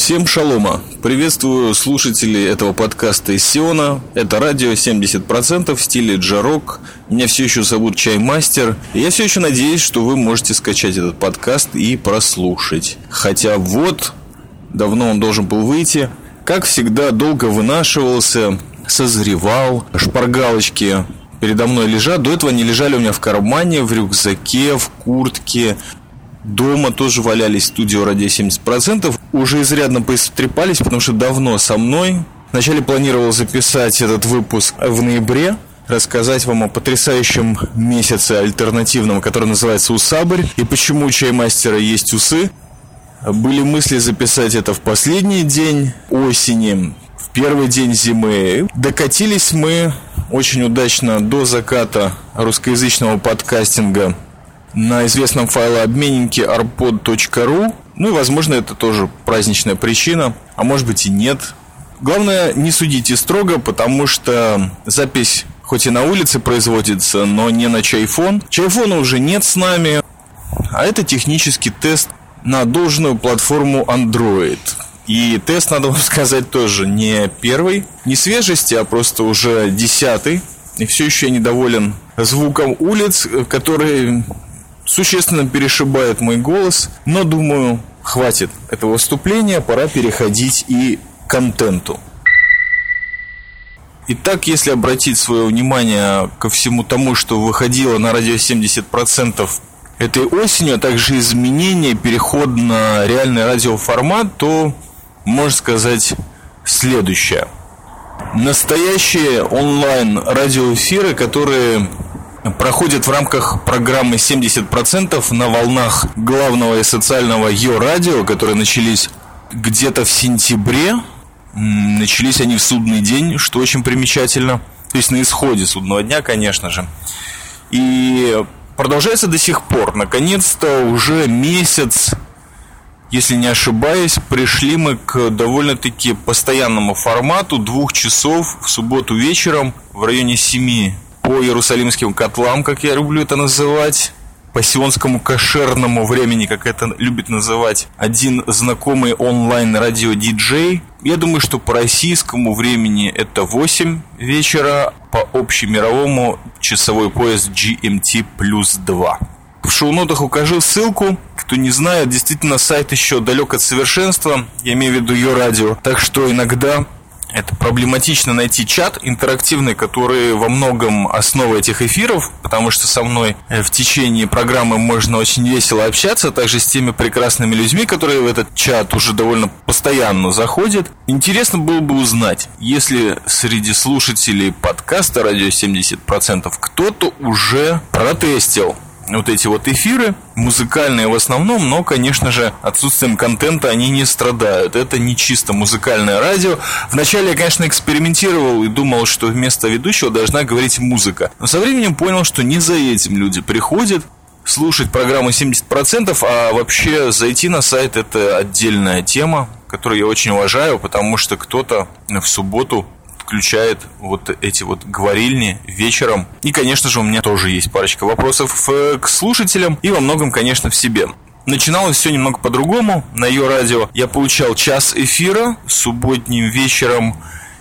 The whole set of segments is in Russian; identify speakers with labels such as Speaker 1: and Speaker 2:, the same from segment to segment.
Speaker 1: Всем шалома! Приветствую слушателей этого подкаста из Сиона. Это радио 70% в стиле джарок. Меня все еще зовут Чаймастер. И я все еще надеюсь, что вы можете скачать этот подкаст и прослушать. Хотя вот, давно он должен был выйти. Как всегда, долго вынашивался, созревал. Шпаргалочки передо мной лежат. До этого они лежали у меня в кармане, в рюкзаке, в куртке. Дома тоже валялись. Студио радио 70%. Уже изрядно поистрепались, потому что давно со мной. Вначале планировал записать этот выпуск в ноябре, рассказать вам о потрясающем месяце альтернативном, который называется «Усабрь», и почему у Чаймастера есть усы. Были мысли записать это в последний день осени, в первый день зимы. Докатились мы очень удачно до заката русскоязычного подкастинга на известном файлообменнике arpod.ru. Ну и, возможно, это тоже праздничная причина, а может быть и нет. Главное, не судите строго, потому что запись хоть и на улице производится, но не на чайфон. Чайфона уже нет с нами, а это технический тест на должную платформу Android. И тест, надо вам сказать, тоже не первый, не свежести, а просто уже 10-й. И все еще я недоволен звуком улиц, который существенно перешибает мой голос. Но, думаю, хватит этого вступления, пора переходить и к контенту. Итак, если обратить свое внимание ко всему тому, что выходило на радио 70% этой осенью, а также изменения, переход на реальный радиоформат, то можно сказать следующее. Настоящие онлайн радиоэфиры, которые проходят в рамках программы 70% на волнах главного и социального Йо-радио, которые начались где-то в сентябре. Начались они в судный день, что очень примечательно. То есть на исходе судного дня, конечно же. И продолжается до сих пор. Наконец-то уже месяц, если не ошибаюсь, пришли мы к довольно-таки постоянному формату 2 часов в субботу вечером в районе 7 по иерусалимским котлам, как я люблю это называть, по сионскому кошерному времени, как это любит называть один знакомый онлайн-радио-диджей. Я думаю, что по российскому времени это 8 вечера, по общемировому часовой пояс GMT плюс 2. В шоу-нотах укажу ссылку. Кто не знает, действительно сайт еще далек от совершенства, я имею в виду Йо-радио, так что иногда это проблематично найти чат интерактивный, который во многом основа этих эфиров, потому что со мной в течение программы можно очень весело общаться, также с теми прекрасными людьми, которые в этот чат уже довольно постоянно заходят. Интересно было бы узнать, если среди слушателей подкаста «Радио 70%» кто-то уже протестил вот эти вот эфиры, музыкальные в основном, но, конечно же, отсутствием контента они не страдают. Это не чисто музыкальное радио. Вначале я, конечно, экспериментировал и думал, что вместо ведущего должна говорить музыка. Но со временем понял, что не за этим люди приходят слушать программу 70%, а вообще зайти на сайт — это отдельная тема, которую я очень уважаю, потому что кто-то в субботу включает вот эти вот говорильни вечером. И, конечно же, у меня тоже есть парочка вопросов к слушателям и во многом, конечно, в себе. Начиналось все немного по-другому. На Йо-радио я получал час эфира субботним вечером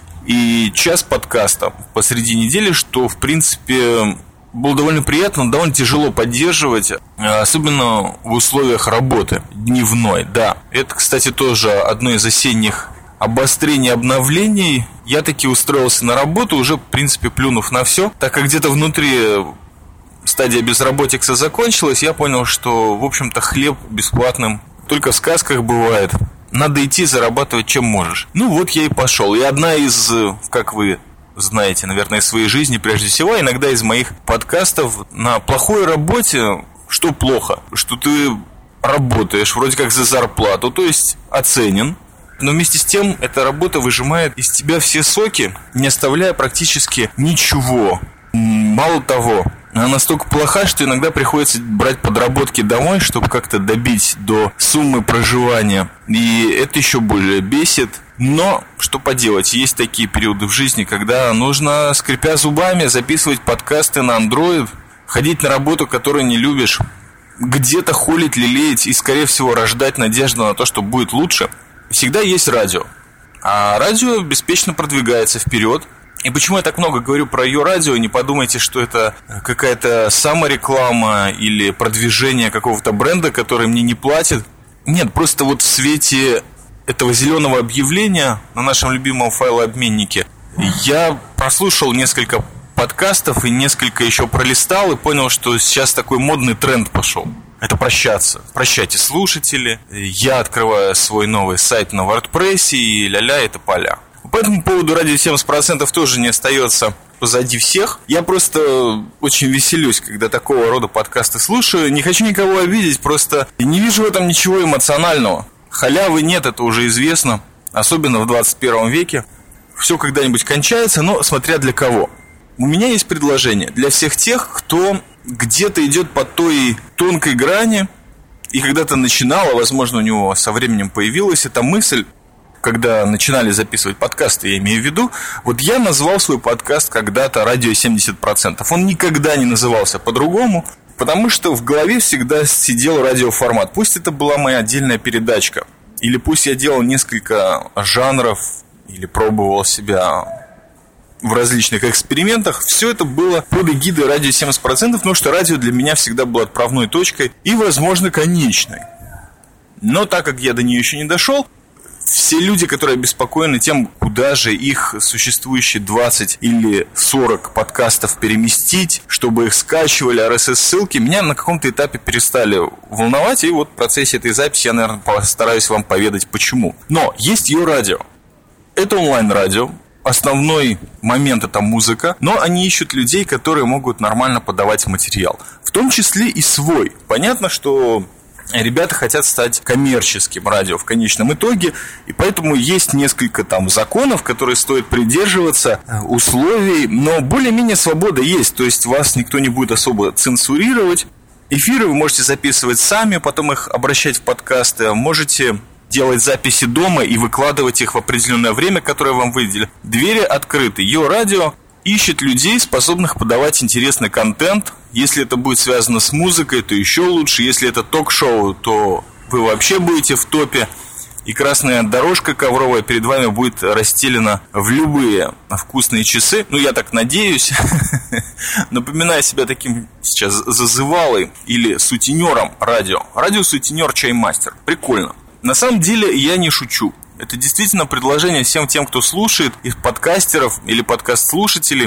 Speaker 1: и час подкаста посреди недели, что, в принципе, было довольно приятно, но довольно тяжело поддерживать, особенно в условиях работы дневной. Да, это, кстати, тоже одно из осенних обострений, обновлений. Я таки устроился на работу, уже, в принципе, плюнув на все. Так как где-то внутри стадия безработицы закончилась, я понял, что, в общем-то, хлеб бесплатным только в сказках бывает. Надо идти зарабатывать, чем можешь. Ну вот я и пошел. И одна из, как вы знаете, наверное, из своей жизни, прежде всего, иногда из моих подкастов, на плохой работе, что плохо, что ты работаешь вроде как за зарплату, то есть оценен, но вместе с тем эта работа выжимает из тебя все соки, не оставляя практически ничего. Мало того, она настолько плоха, что иногда приходится брать подработки домой, чтобы как-то добить до суммы проживания. И это еще более бесит. Но что поделать, есть такие периоды в жизни, когда нужно, скрипя зубами, записывать подкасты на Android, ходить на работу, которую не любишь, где-то холить, лелеять и, скорее всего, рождать надежду на то, что будет лучше. всегда есть радио. А радио беспечно продвигается вперед. И почему я так много говорю про ее радио? Не подумайте, что это какая-то самореклама или продвижение какого-то бренда, который мне не платит. Нет, просто вот в свете этого зеленого объявления на нашем любимом файлообменнике я прослушал несколько подкастов и несколько еще пролистал и понял, что сейчас такой модный тренд пошел. Это прощаться. Прощайте, слушатели. Я открываю свой новый сайт на WordPress и ля-ля, это поля. По этому поводу радио 70% тоже не остается позади всех. Я просто очень веселюсь, когда такого рода подкасты слушаю. Не хочу никого обидеть, просто не вижу в этом ничего эмоционального. Халявы нет, это уже известно. Особенно в 21 веке. Все когда-нибудь кончается, но смотря для кого. У меня есть предложение для всех тех, кто где-то идет по той тонкой грани. И когда-то начинал, а возможно у него со временем появилась эта мысль, когда начинали записывать подкасты, я имею в виду, вот я назвал свой подкаст когда-то «Радио 70%». Он никогда не назывался по-другому, потому что в голове всегда сидел радиоформат. Пусть это была моя отдельная передачка, или пусть я делал несколько жанров, или пробовал себя в различных экспериментах, все это было под эгидой «Радио 70%», потому что радио для меня всегда было отправной точкой и, возможно, конечной. Но так как я до нее еще не дошел, все люди, которые обеспокоены тем, куда же их существующие 20 или 40 подкастов переместить, чтобы их скачивали, RSS-ссылки, меня на каком-то этапе перестали волновать. И вот в процессе этой записи я, наверное, постараюсь вам поведать, почему. Но есть ее радио. Это онлайн-радио. Основной момент – это музыка. Но они ищут людей, которые могут нормально подавать материал. В том числе и свой. Понятно, что ребята хотят стать коммерческим радио в конечном итоге, и поэтому есть несколько там законов, которые стоит придерживаться, условий, но более-менее свобода есть, то есть вас никто не будет особо цензурировать. Эфиры вы можете записывать сами, потом их обращать в подкасты, можете делать записи дома и выкладывать их в определенное время, которое вам выделили. Двери открыты. Ее радио ищет людей, способных подавать интересный контент. Если это будет связано с музыкой, то еще лучше. Если это ток-шоу, то вы вообще будете в топе. И красная дорожка ковровая перед вами будет расстелена в любые вкусные часы. Ну, я так надеюсь. Напоминаю себя таким сейчас зазывалой или сутенером радио. Радиосутенер чаймастер. Прикольно. На самом деле я не шучу. Это действительно предложение всем тем, кто слушает, из подкастеров или подкаст-слушателей,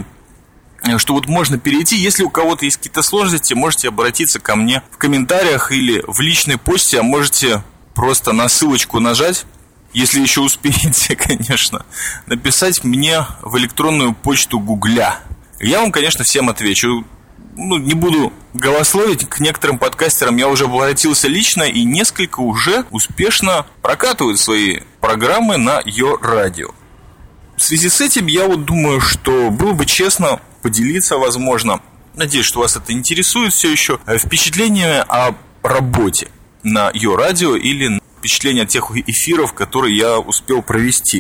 Speaker 1: что вот можно перейти. Если у кого-то есть какие-то сложности, можете обратиться ко мне в комментариях или в личной почте, а можете просто на ссылочку нажать, если еще успеете, конечно, написать мне в электронную почту Гугля. Я вам, конечно, всем отвечу. Не буду голословить, к некоторым подкастерам я уже обратился лично, и несколько уже успешно прокатывают свои программы на ее радио. В связи с этим я вот думаю, что было бы честно поделиться, возможно, надеюсь, что вас это интересует все еще, впечатлениями о работе на ее радио или впечатления от тех эфиров, которые я успел провести.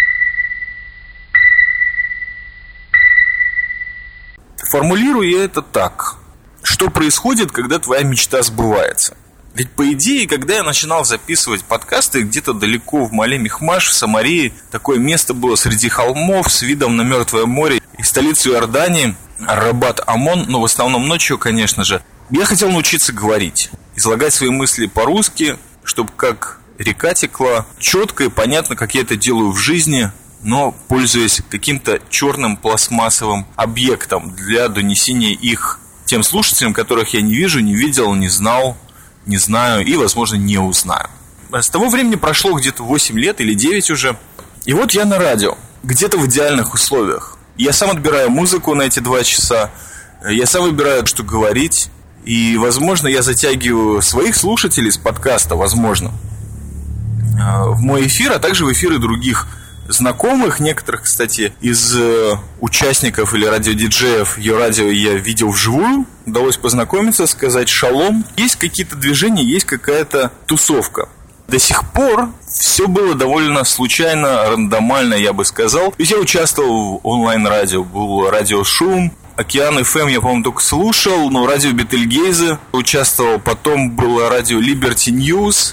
Speaker 1: Формулирую я это так. Что происходит, когда твоя мечта сбывается? Ведь по идее, когда я начинал записывать подкасты, где-то далеко в Мале-Михмаш, в Самарии, такое место было среди холмов с видом на Мертвое море и столицу Иордании, Рабат-Амон, но в основном ночью, конечно же. Я хотел научиться говорить, излагать свои мысли по-русски, чтобы как река текла, четко и понятно, как я это делаю в жизни, но пользуясь каким-то черным пластмассовым объектом для донесения их тем слушателям, которых я не вижу, не видел, не знал, не знаю и, возможно, не узнаю. С того времени прошло где-то 8 лет или 9 уже. И вот я на радио, где-то в идеальных условиях. Я сам отбираю музыку на эти 2 часа, я сам выбираю, что говорить. И, возможно, я затягиваю своих слушателей с подкаста, возможно, в мой эфир, а также в эфиры других знакомых. Некоторых, кстати, из участников или радиодиджеев ее радио я видел вживую. Удалось познакомиться, сказать шалом. Есть какие-то движения, есть какая-то тусовка. До сих пор все было довольно случайно, рандомально, я бы сказал. То есть я участвовал в онлайн-радио, был радиошум. Океан FM я, по-моему, только слушал, но радио Бетельгейзе участвовал. Потом было радио Liberty News.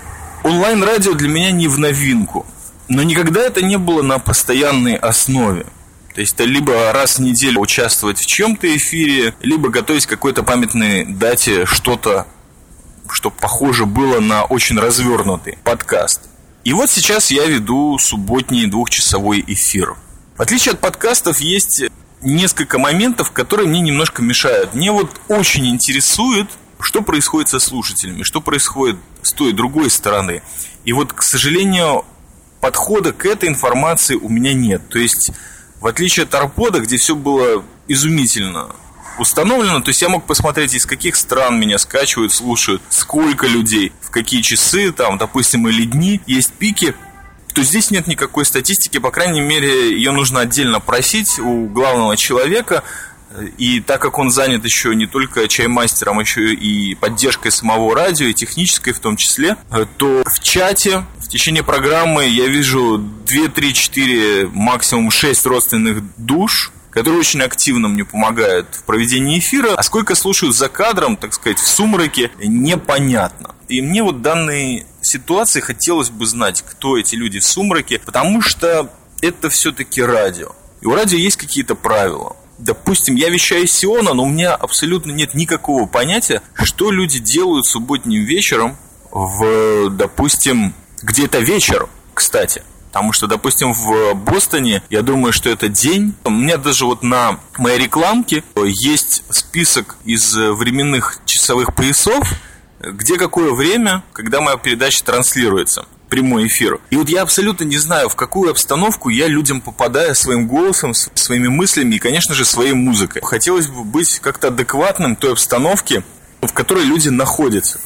Speaker 1: онлайн-радио для меня не в новинку, но никогда это не было на постоянной основе. То есть это либо раз в неделю участвовать в чем-то эфире, либо готовить к какой-то памятной дате что-то, что похоже было на очень развернутый подкаст. И вот сейчас я веду субботний 2-часовой эфир. В отличие от подкастов есть несколько моментов, которые мне немножко мешают. Мне вот очень интересует, что происходит со слушателями, что происходит с той и другой стороны. И вот, к сожалению, подхода к этой информации у меня нет. То есть, в отличие от Арпода, где все было изумительно установлено, то есть я мог посмотреть, из каких стран меня скачивают, слушают, сколько людей, в какие часы, там, допустим, или дни, есть пики, то здесь нет никакой статистики, по крайней мере, ее нужно отдельно просить у главного человека, и так как он занят еще не только чаймастером, еще и поддержкой самого радио, и технической в том числе, то в чате в течение программы я вижу 2, 3, 4, максимум 6 родственных душ, которые очень активно мне помогают в проведении эфира, а сколько слушают за кадром, так сказать, в сумраке, непонятно. И мне вот в данной ситуации хотелось бы знать, кто эти люди в сумраке, потому что это все-таки радио. И у радио есть какие-то правила. Допустим, я вещаю из Сиона, но у меня абсолютно нет никакого понятия, что люди делают субботним вечером допустим, где-то вечер, кстати. Потому что, допустим, в Бостоне, я думаю, что это день. У меня даже вот на моей рекламке есть список из временных часовых поясов, где какое время, когда моя передача транслируется, прямой эфир. И вот я абсолютно не знаю, в какую обстановку я людям попадаю своим голосом, своими мыслями и, конечно же, своей музыкой. Хотелось бы быть как-то адекватным той обстановке, в которой люди находятся.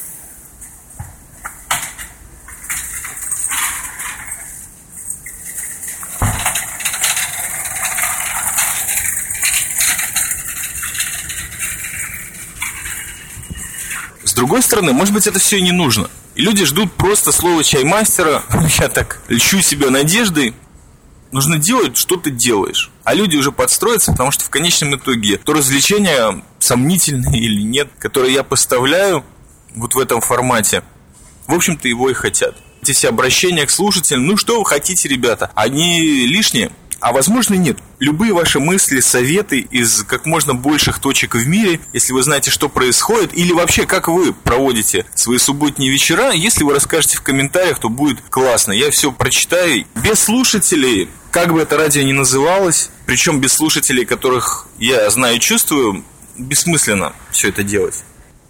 Speaker 1: С другой стороны, может быть, это все и не нужно. И люди ждут просто слова чаймастера. Я так льщу себя надеждой. Нужно делать, что ты делаешь. А люди уже подстроятся, потому что в конечном итоге то развлечение, сомнительное или нет, которое я поставляю вот в этом формате, в общем-то, его и хотят. Эти все обращения к слушателям, ну что вы хотите, ребята, они лишние. А возможно нет. Любые ваши мысли, советы из как можно больших точек в мире, если вы знаете, что происходит, или вообще, как вы проводите свои субботние вечера, если вы расскажете в комментариях, то будет классно. Я все прочитаю. Без слушателей, как бы это радио ни называлось, причем без слушателей, которых я знаю и чувствую, бессмысленно все это делать.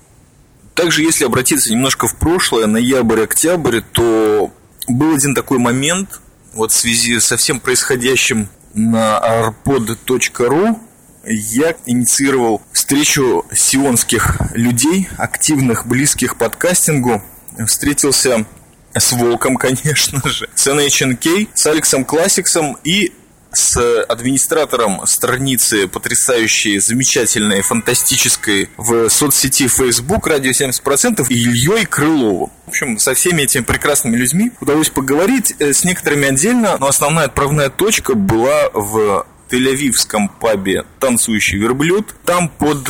Speaker 1: Также, если обратиться немножко в прошлое, ноябрь-октябрь, то был один такой момент. Вот в связи со всем происходящим на arpod.ru я инициировал встречу сионских людей, активных, близких подкастингу. Встретился с Волком, конечно же, с NHNK, с Алексом Классиксом и с администратором страницы потрясающей, замечательной, фантастической в соцсети Facebook «Радио 70%» Ильей Крыловым. В общем, со всеми этими прекрасными людьми удалось поговорить, с некоторыми отдельно, но основная отправная точка была в тель-авивском пабе «Танцующий верблюд». Там под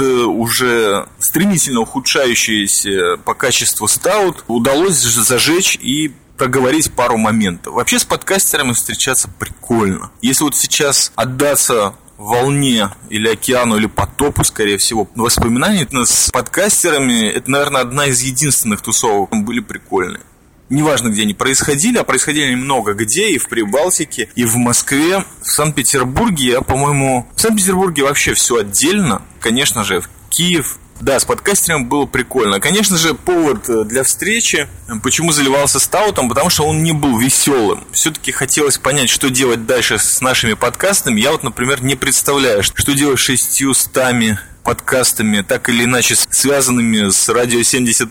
Speaker 1: уже стремительно ухудшающийся по качеству стаут удалось зажечь и проговорить пару моментов. Вообще с подкастерами встречаться прикольно. Если вот сейчас отдаться волне или океану, или потопу, скорее всего, воспоминаний с подкастерами, это, наверное, одна из единственных тусовок, были прикольные. Неважно, где они происходили, а происходили они много где, и в Прибалтике, и в Москве, в Санкт-Петербурге, я, по-моему... В Санкт-Петербурге вообще все отдельно, конечно же, в Киев. Да, с подкастером было прикольно. Конечно же, повод для встречи. Почему заливался стаутом? Потому что он не был веселым. Все-таки хотелось понять, что делать дальше с нашими подкастами. Я вот, например, не представляю, что делать с 600 подкастами, так или иначе связанными с радио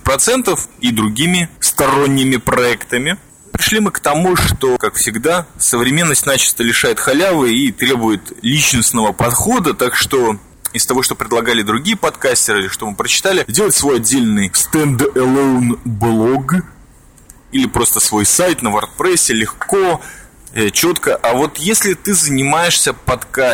Speaker 1: 70% и другими сторонними проектами. Пришли мы к тому, что, как всегда, современность начисто лишает халявы и требует личностного подхода, так что из того, что предлагали другие подкастеры, или что мы прочитали, сделать свой отдельный stand-alone блог или просто свой сайт на WordPress легко, четко. А вот если ты занимаешься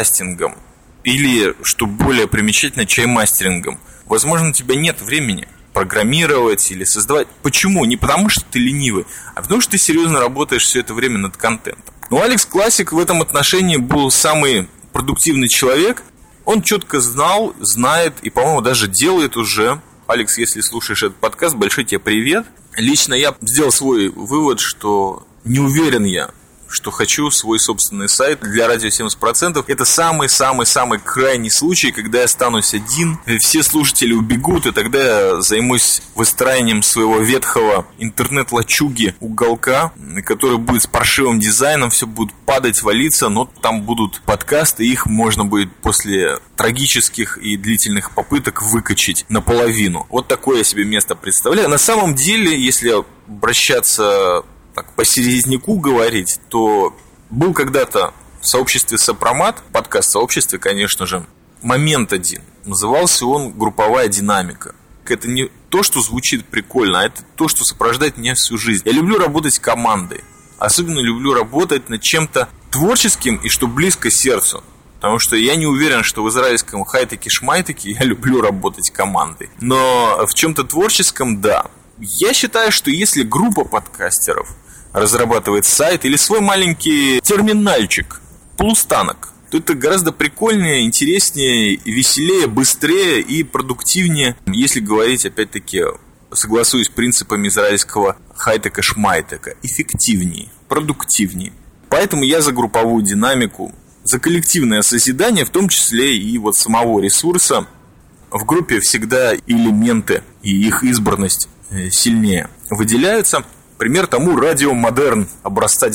Speaker 1: подкастингом или, что более примечательно, чаймастерингом, возможно, у тебя нет времени. программировать или создавать. Почему? Не потому, что ты ленивый, а потому, что ты серьезно работаешь все это время над контентом. Но Алекс Классик в этом отношении был самый продуктивный человек. Он четко знал, знает и, по-моему, даже делает уже. Алекс, если слушаешь этот подкаст, большой тебе привет. Лично я сделал свой вывод, что не уверен я, что хочу свой собственный сайт для радио 70%. Это самый-самый-самый крайний случай, когда я останусь один, все слушатели убегут, и тогда я займусь выстраиванием своего ветхого интернет-лачуги уголка, который будет с паршивым дизайном, все будет падать, валиться, но там будут подкасты, и их можно будет после трагических и длительных попыток выкачать наполовину. Вот такое я себе место представляю. На самом деле, если обращаться так, по серьезняку говорить, то был когда-то в сообществе Сопромат, подкаст в сообществе, конечно же, момент один. Назывался он «Групповая динамика». Это не то, что звучит прикольно, а это то, что сопровождает меня всю жизнь. Я люблю работать командой. Особенно люблю работать над чем-то творческим и что близко сердцу. Потому что я не уверен, что в израильском хай-теке-шмай-теке я люблю работать командой. Но в чем-то творческом, да. Я считаю, что если группа подкастеров разрабатывает сайт или свой маленький терминальчик, полустанок, то это гораздо прикольнее, интереснее, веселее, быстрее и продуктивнее, если говорить, опять-таки, согласуюсь с принципами израильского хай-тека, шмай-тека, эффективнее, продуктивнее. Поэтому я за групповую динамику, за коллективное созидание, в том числе и вот самого ресурса. В группе всегда элементы и их избранность сильнее выделяются. Пример тому радио Модерн образца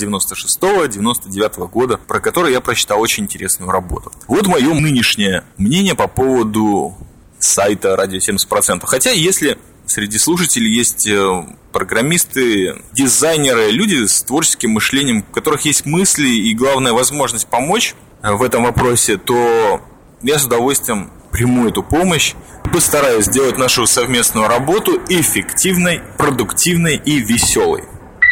Speaker 1: 96-99 года, про который я прочитал очень интересную работу. Вот мое нынешнее мнение по поводу сайта радио 70%. Хотя, если среди слушателей есть программисты, дизайнеры, люди с творческим мышлением, у которых есть мысли и, главное, возможность помочь в этом вопросе, то я с удовольствием приму эту помощь. Постараюсь сделать нашу совместную работу эффективной, продуктивной и веселой.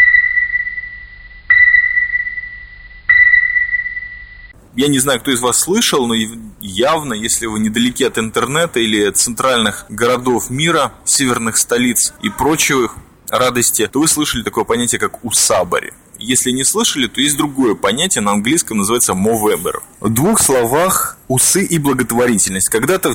Speaker 1: Я не знаю, кто из вас слышал, но явно, если вы недалеки от интернета или от центральных городов мира, северных столиц и прочих радости, то вы слышали такое понятие, как усабари. Если не слышали, то есть другое понятие, на английском называется мовебер. В двух словах усы и благотворительность. Когда-то в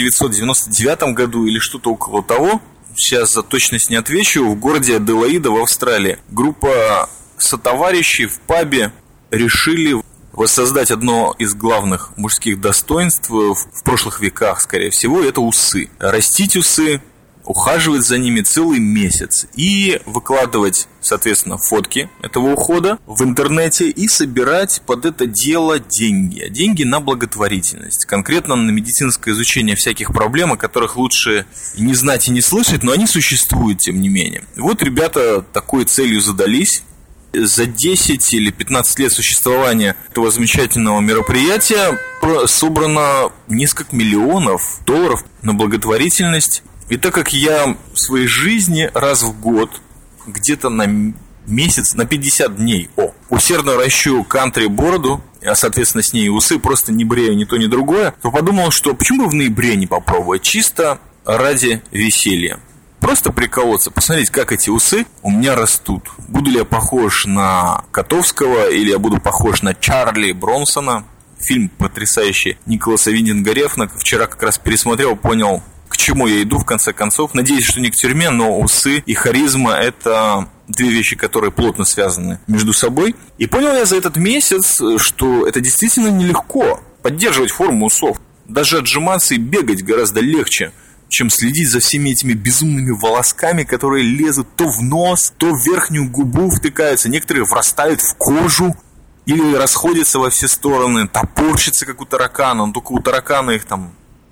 Speaker 1: 1999 году или что-то около того, сейчас за точность не отвечу, в городе Аделаида в Австралии группа сотоварищей в пабе решили воссоздать одно из главных мужских достоинств в прошлых веках, скорее всего, это усы. Растить усы, ухаживать за ними целый месяц и выкладывать, соответственно, фотки этого ухода в интернете и собирать под это дело деньги. Деньги на благотворительность. Конкретно на медицинское изучение всяких проблем, о которых лучше и не знать, и не слышать, но они существуют, тем не менее. Вот ребята такой целью задались. За 10 или 15 лет существования этого замечательного мероприятия собрано несколько миллионов долларов на благотворительность. И так как я в своей жизни раз в год, где-то на месяц, на 50 дней, усердно ращу кантри-бороду, а соответственно с ней и усы, просто не брею ни то, ни другое, то подумал, что почему бы в ноябре не попробовать, чисто ради веселья. Просто приколоться, посмотреть, как эти усы у меня растут. Буду ли я похож на Котовского или я буду похож на Чарли Бронсона. Фильм потрясающий Николаса Виндинга Рефна. Вчера как раз пересмотрел, понял, к чему я иду в конце концов. Надеюсь, что не к тюрьме, но усы и харизма – это две вещи, которые плотно связаны между собой. И понял я за этот месяц, что это действительно нелегко поддерживать форму усов. Даже отжиматься и бегать гораздо легче, чем следить за всеми этими безумными волосками, которые лезут то в нос, то в верхнюю губу втыкаются. Некоторые врастают в кожу или расходятся во все стороны, топорщатся, как у таракана. Но только у таракана их там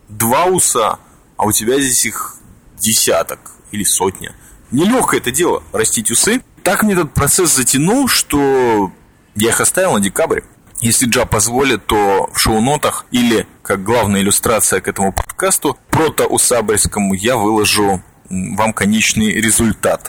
Speaker 1: 2 уса, а у тебя здесь их десяток или сотня. Нелегкое это дело, растить усы. Так мне этот процесс затянул, что я их оставил на декабрь. Если Джа позволит, то в шоу-нотах или как главная иллюстрация к этому подкасту прото-усабрьскому я выложу вам конечный результат.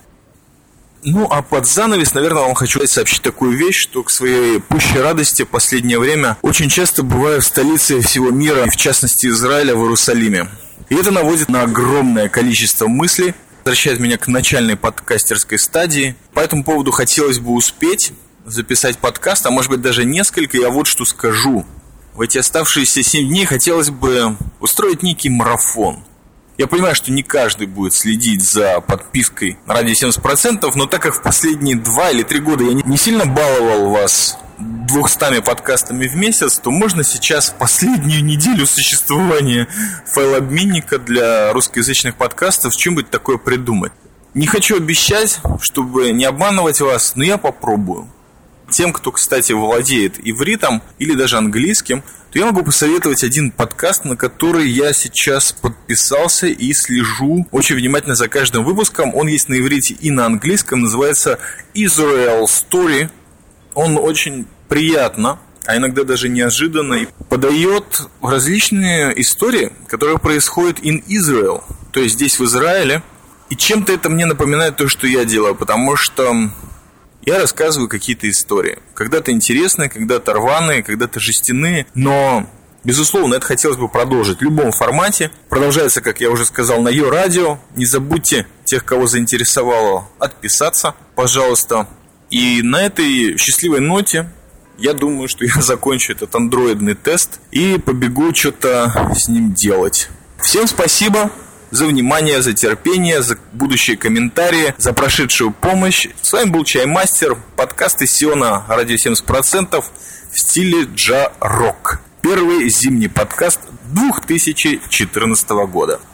Speaker 1: Ну, а под занавес, наверное, вам хочу сообщить такую вещь, что к своей пущей радости в последнее время очень часто бываю в столице всего мира, в частности Израиля, в Иерусалиме. И это наводит на огромное количество мыслей, возвращает меня к начальной подкастерской стадии. По этому поводу хотелось бы успеть записать подкаст, а может быть даже несколько. Я вот что скажу. В эти оставшиеся 7 дней хотелось бы устроить некий марафон. Я понимаю, что не каждый будет следить за подпиской на радио 70%, но так как в последние 2 или 3 года я не сильно баловал вас 200 подкастами в месяц, то можно сейчас в последнюю неделю существования файлообменника для русскоязычных подкастов что-нибудь такое придумать. Не хочу обещать, чтобы не обманывать вас, но я попробую. Тем, кто, кстати, владеет ивритом или даже английским, то я могу посоветовать один подкаст, на который я сейчас подписался и слежу очень внимательно за каждым выпуском. Он есть на иврите и на английском, называется Israel Story. Он очень приятно, а иногда даже неожиданно, подает различные истории, которые происходят in Israel, то есть здесь, в Израиле. И чем-то это мне напоминает то, что я делаю, потому что я рассказываю какие-то истории. Когда-то интересные, когда-то рваные, когда-то жестяные. Но, безусловно, это хотелось бы продолжить в любом формате. Продолжается, как я уже сказал, на Йо Радио. Не забудьте тех, кого заинтересовало, отписаться, пожалуйста. И на этой счастливой ноте я думаю, что я закончу этот андроидный тест и побегу что-то с ним делать. Всем спасибо за внимание, за терпение, за будущие комментарии, за прошедшую помощь. С вами был Чаймастер, подкаст из Сиона радио 70% в стиле джа-рок. Первый зимний подкаст 2014 года.